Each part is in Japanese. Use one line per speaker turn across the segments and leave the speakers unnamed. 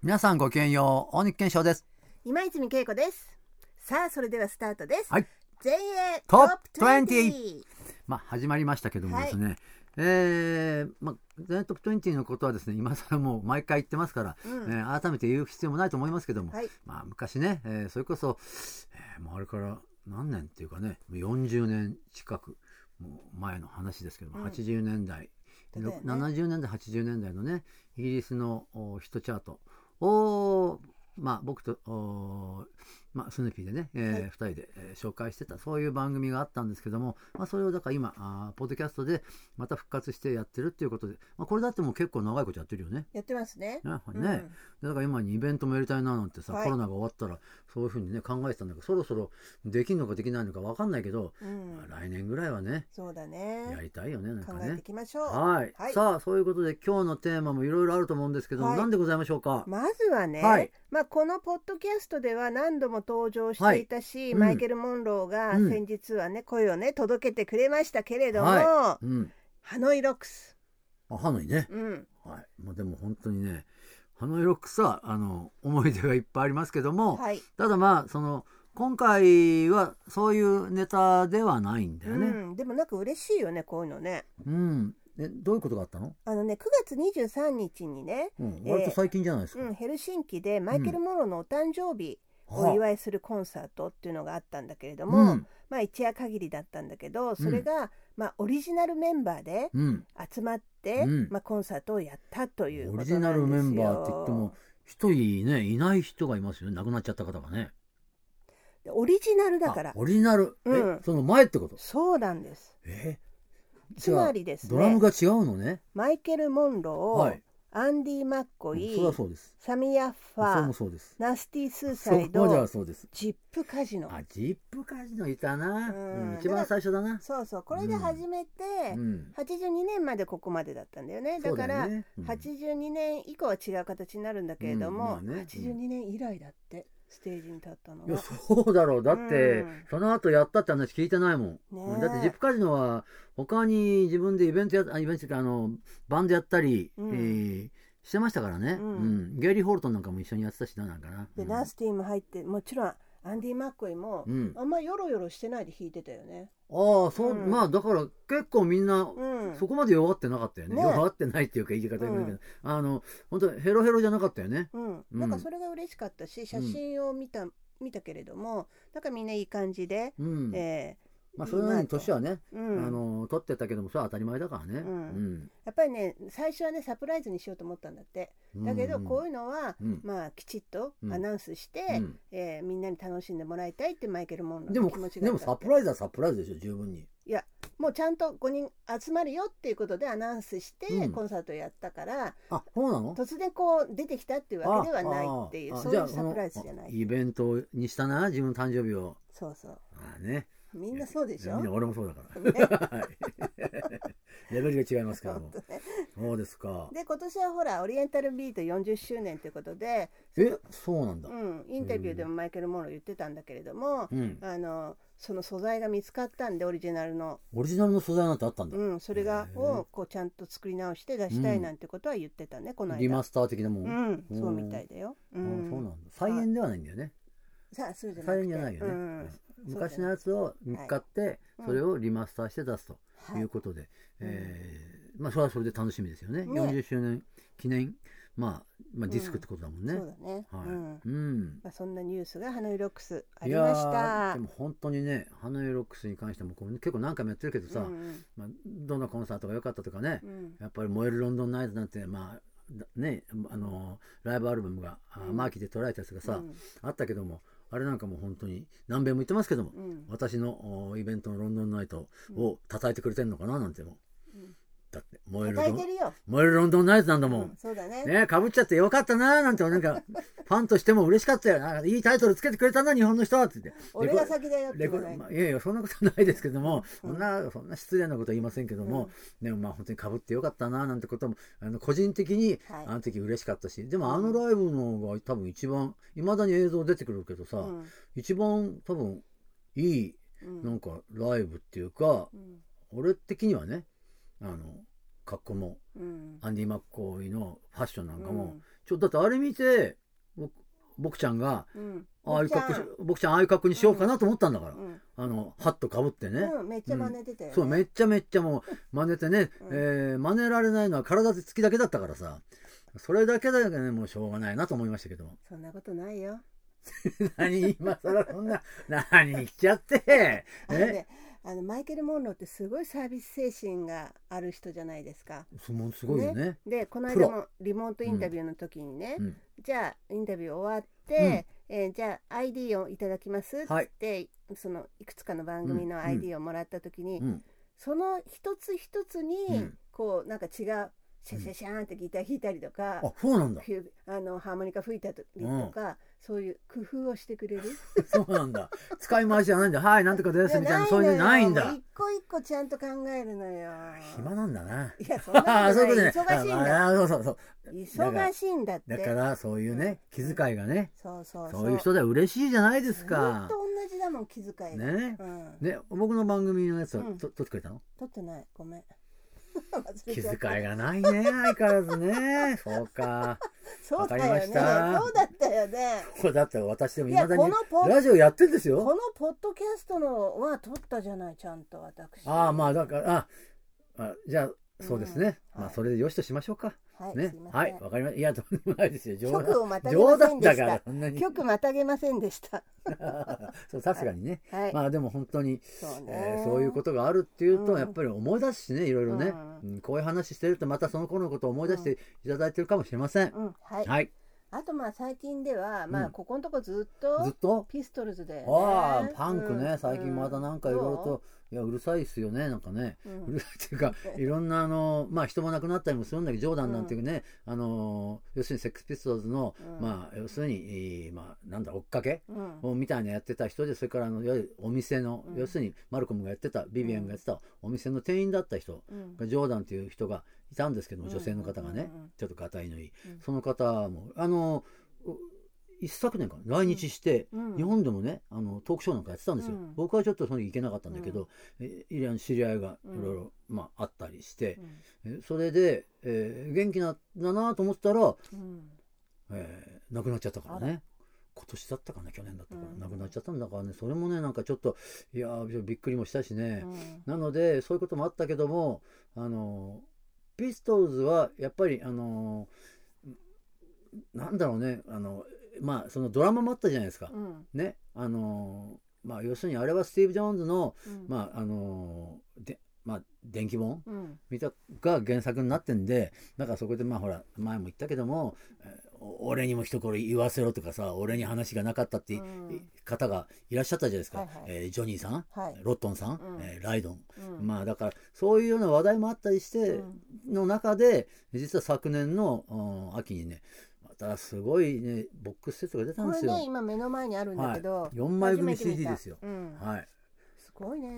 皆さんごきげんよう、大日健翔です。
今泉恵子です。さあそれではスタートです。
はい、
JA
トップ
20。
始まりましたけどもですね、全英トップ20のことはですね、今更もう毎回言ってますから、改めて言う必要もないと思いますけども、昔ね、それこそ、もうあれから何年っていうかね、40年近くもう前の話ですけども、80年代、70年代80年代のね、イギリスのヒットチャートを僕とスヌーピーでね、2人で、紹介してたそういう番組があったんですけども、それをだから今ポッドキャストでまた復活してやってるっていうことで、これだってもう結構長いことやってるよね。
やってますね。
だから今にイベントもやりたいななんてさ、コロナが終わったらそういうふうにね考えてたんだけど、そろそろできるのかできないのか分かんないけど、来年ぐらいはね、
そうだね、
やりたいよね。なんかね、
考えていきましょう。
さあそういうことで今日のテーマもいろいろあると思うんですけども、何でございましょうか。
まずはね、このポッドキャストでは何度も登場していたし、マイケル・モンローが先日はね、声をね届けてくれましたけれども、ハノイロックス。
ハノイね、でも本当にね、ハノイロックスは思い出がいっぱいありますけども、ただその今回はそういうネタではないんだよね。
でもなんか嬉しいよね、こういうのね。
どういうことがあったの
？9月23日にね、
割と最近じゃないですか。
ヘルシンキでマイケル・モローのお誕生日をお祝いするコンサートっていうのがあったんだけれども、一夜限りだったんだけど、それが、オリジナルメンバーで集まって、コンサートをやったということなんですよ。
オリジナルメンバーって言っても一人ね、いない人がいますよね。亡くなっちゃった方がね。
オリジナルだから。
オリジナル、その前ってこと？
そうなんです。つまりですね、
ドラムが違うのね。
マイケル・モンロー、アンディ・マッコイ、サミヤ・ファー、ナスティ・スーサイド、ジップ・カジノ。
ジップ・カジノいたな、一番最初だな。
これで始めて、82年までここまでだったんだよね。だから82年以降は違う形になるんだけれども、82年以来だってステージに立ったのは。
いや、そうだろう。だって、その後やったって話聞いてないもん。だってジップカジノは他に自分でイベントバンドやったり、してましたからね。ゲイリー・ホールトンなんかも一緒にやってたしな、なんかな。
で、ナスティも入って、もちろんアンディ・マッコイも、あんまヨロヨロしてないで弾いてたよね。
そう、だから結構みんな、そこまで弱ってなかったよね。弱ってないっていうか言い方だけど、本当ヘロヘロじゃなかったよね。
なんかそれが嬉しかったし、写真を見たけれども、なんかみんないい感じで、
それなりに年はね、取ってたけども、それは当たり前だからね。
やっぱりね、最初はねサプライズにしようと思ったんだって。だけどこういうのは、きちっとアナウンスして、みんなに楽しんでもらいたいってマイケル・モンローの気持ちがあった。
でもサプライズはサプライズでしょ、十分に。
いや、もうちゃんと5人集まるよっていうことでアナウンスしてコンサートをやったから、
そうなの？
突然こう出てきたっていうわけではないっていう、そういうサプライズじゃない。
イベントにしたな、自分の誕生日を。
みんなそうでしょ。
俺もそうだから。レベルが違いますけども。そうですか。
で、今年はほらオリエンタルビート40周年ということで、
そうなんだ。
インタビューでもマイケル・モンロー言ってたんだけれども、その素材が見つかったんで、オリジナルの
素材なんてあったんだ。
それをこうちゃんと作り直して出したいなんてことは言ってたね、この間。
リマスター的なもん。
そうみたいだよ。
そうなんだ。再演ではないんだよね。
そうじゃなくて、
再演じゃないよね。昔のやつを見っかって、それをリマスターして出すということで、それはそれで楽しみですよね。40周年記念、ディスクってことだもんね。
そうだね。そんなニュースがハノイロックスありました。
でも本当にね、ハノイロックスに関しても結構何回もやってるけどさ、どのコンサートが良かったとかね、やっぱり燃えるロンドンナイトなんて、ライブアルバムがマーキーで捉えたやつがさ、あったけども、あれなんかもう本当に何遍も言ってますけども、私のイベントのロンドンナイトを叩いてくれてんのかななんても。だって燃えるロンドンナイトなんだもん。
そうだね。
かぶっちゃってよかったなーなんて、なんかファンとしても嬉しかったよ。いいタイトルつけてくれたな日本の人はって言って。
俺が先だよって。
いやいや、そんなことないですけども、そんな失礼なことは言いませんけども、でも本当にかぶってよかったななんてことも個人的にあの時嬉しかったし、でもライブのが多分一番、いまだに映像出てくるけどさ、一番多分いいなんかライブっていうか、俺的にはね、 格好も、アンディ・マッコイのファッションなんかも、だってあれ見て僕ちゃんが、僕ちゃんああいう格好にしようかなと思ったんだから、ハットかぶってね、
めっちゃ真似てたよね。
そうめっちゃもう真似てね、真似られないのは体つきだけだったからさ、それだけだけねもうしょうがないなと思いましたけども。
そんなことないよ。
何今更そんな何しちゃって
マイケル・モンローってすごいサービス精神がある人じゃないですか。
すごいよね。
でこの間もリモートインタビューの時にね、じゃあインタビュー終わって、じゃあ ID をいただきますって、そのいくつかの番組の ID をもらった時に、その一つ一つにこうなんか違うシャシャシャーンってギター弾いたりとか、
そうなんだ。
ハーモニカ吹いたりとか、そういう工夫をしてくれる。
そうなんだ。使い回しじゃないんだ。はい、なんとかですみたいな、そういうのないんだ。
一個一個ちゃんと考えるのよ。
暇なんだな。
いや、そんなことない。忙しいんだ。
そう。
忙しいんだって。
だからそういうね、気遣いがね、
そう
いう人では嬉しいじゃないですか。
ずっと同じだもん、気遣いが。
ね、僕の番組のやつは撮ってくれたの？
撮ってない、ごめん。
気遣いがないね、相変わらずね。そうか。
そうだよね。そうだったよね。
そうだったよ。私でも未だにラジオやってんですよ。
このポッドキャストのは撮ったじゃない、ちゃんと私。
まあだからじゃあそうですね。まあそれでよしとしましょうか。ね、はい、わかりました。いや、とんでもないですよ。
局をまたげませんでした。
冗談だからそんなに。
局またげませんでした。
そう、さすがにね。まあでも本当にそういうことがあるっていうとやっぱり思い出すしね、いろいろね。こういう話してるとまたその頃のことを思い出していただいてるかもしれません。はい。
あとまあ最近ではここのとこずっとピストルズで、
パンクね、最近またなんかいろいろとうるさいですよね、なんかね、うるさいっていうかいろんな人も亡くなったりもするんだけど、ジョーダンなんていうね、要するにセックスピストルズの要するになんだ追っかけみたいなやってた人で、それからいわゆるお店の要するにマルコムがやってた、ビビアンがやってたお店の店員だった人がジョーダンっていう人がいたんですけども、女性の方がね、ちょっとがたいのいい、その方も一昨年か来日して、日本でもねトークショーなんかやってたんですよ。僕はちょっとその時行けなかったんだけど、知り合いがいろいろあったりして、それで、元気だなと思ってたら、亡くなっちゃったからね。今年だったかな、去年だったかな、亡くなっちゃったんだからね、それもねなんかちょっといやびっくりもしたしね、なのでそういうこともあったけども、ピストルズはやっぱりなんだろうね、そのドラマもあったじゃないですか、ね、要するにあれはスティーブ・ジョーンズの、伝記本、が原作になってんで、だからそこでほら前も言ったけども、俺にも一言言わせろとかさ、俺に話がなかったっていう方がいらっしゃったじゃないですか、ジョニーさん、ロットンさん、ライドン、だからそういうような話題もあったりしての中で、実は昨年の秋にねまたすごいねボックスセットが出たんですよ。
これね今目の前にあるんだけど、
4枚組 CD ですよ。
すごいね。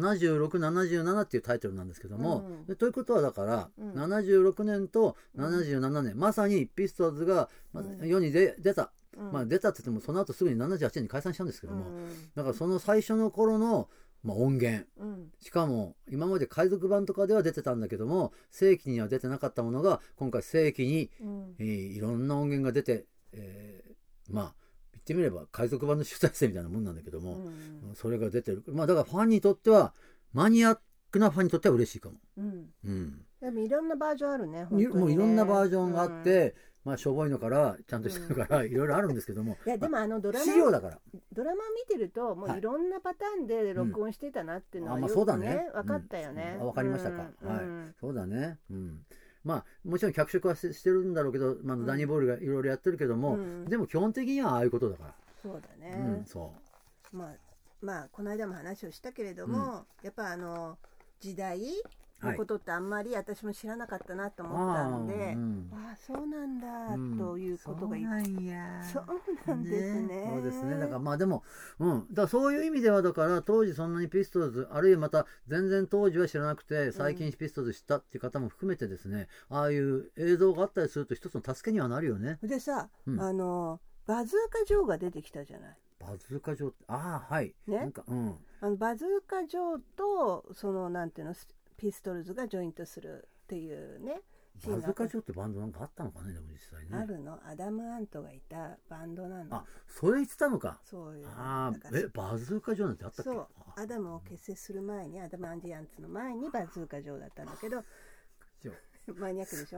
76、77っていうタイトルなんですけども、ということはだから、76年と77年、まさにピストルズが世に出た、出たって言ってもその後すぐに78年に解散したんですけども、だからその最初の頃の音源、しかも今まで海賊版とかでは出てたんだけども、正規には出てなかったものが今回正規に、いろんな音源が出て、言ってみれば海賊版の集大成みたいなもんなんだけども、それが出てる、だからファンにとっては、マニアックなファンにとっては嬉しいかも。
でもいろんなバージョンあるね。
もういろんなバージョンがあって、しょぼいのからちゃんとしてるからいろいろあるんですけども、
いやでもドラマ
資料だから
ドラマ見てるともういろんなパターンで録音してたなっていうのはよくね分かったよね。
分かりましたか。そうだね。もちろん脚色はしてるんだろうけど、ダニー・ボールがいろいろやってるけども、でも基本的にはああいうことだから。
そうだね。この間も話をしたけれども、やっぱ時代のことってあんまり私も知らなかったなと思ったんで、そうなんだということがそうなんですね。
そうですね。だからでもだからそういう意味ではだから当時そんなにピストルズ、あるいはまた全然当時は知らなくて最近ピストルズ知ったっていう方も含めてですね、ああいう映像があったりすると一つの助けにはなるよね。
でさ、バズーカジョーが出てきたじゃない。
バズーカジョーってはい
ね、なんかバズーカジョーとそのなんていうのピストルズがジョイントするっっていうね。
バズーカジョーってバンドなんかあったのかね、でも実際ね。
あるの。アダム・アントがいたバンドなの。
あ、それ言ってたのか。
そうよ。
バズーカジョーなんてあったっけ。そう、
アダムを結成する前に、アダム・アンディアンツの前にバズーカジョーだったんだけど、マニアックでしょ。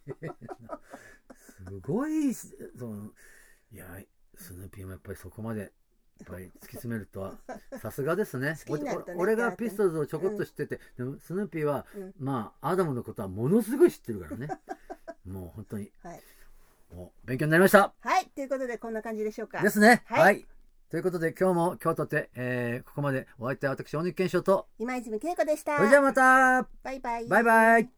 すごい、いや、スヌーピーもやっぱりそこまでやっぱり突き詰めるとはさすがですね。俺がピストルズをちょこっと知ってて、でもスヌーピーは、まあアダムのことはものすごい知ってるからね。もう本当に、もう勉強になりました。
はい、ということでこんな感じでしょうか。
ですね。はい。ということで今日も今日とて、ここまでお相手は私大貫健翔と
今泉恵子でした。
それじゃあまた。
バイバイ。
バイバイ。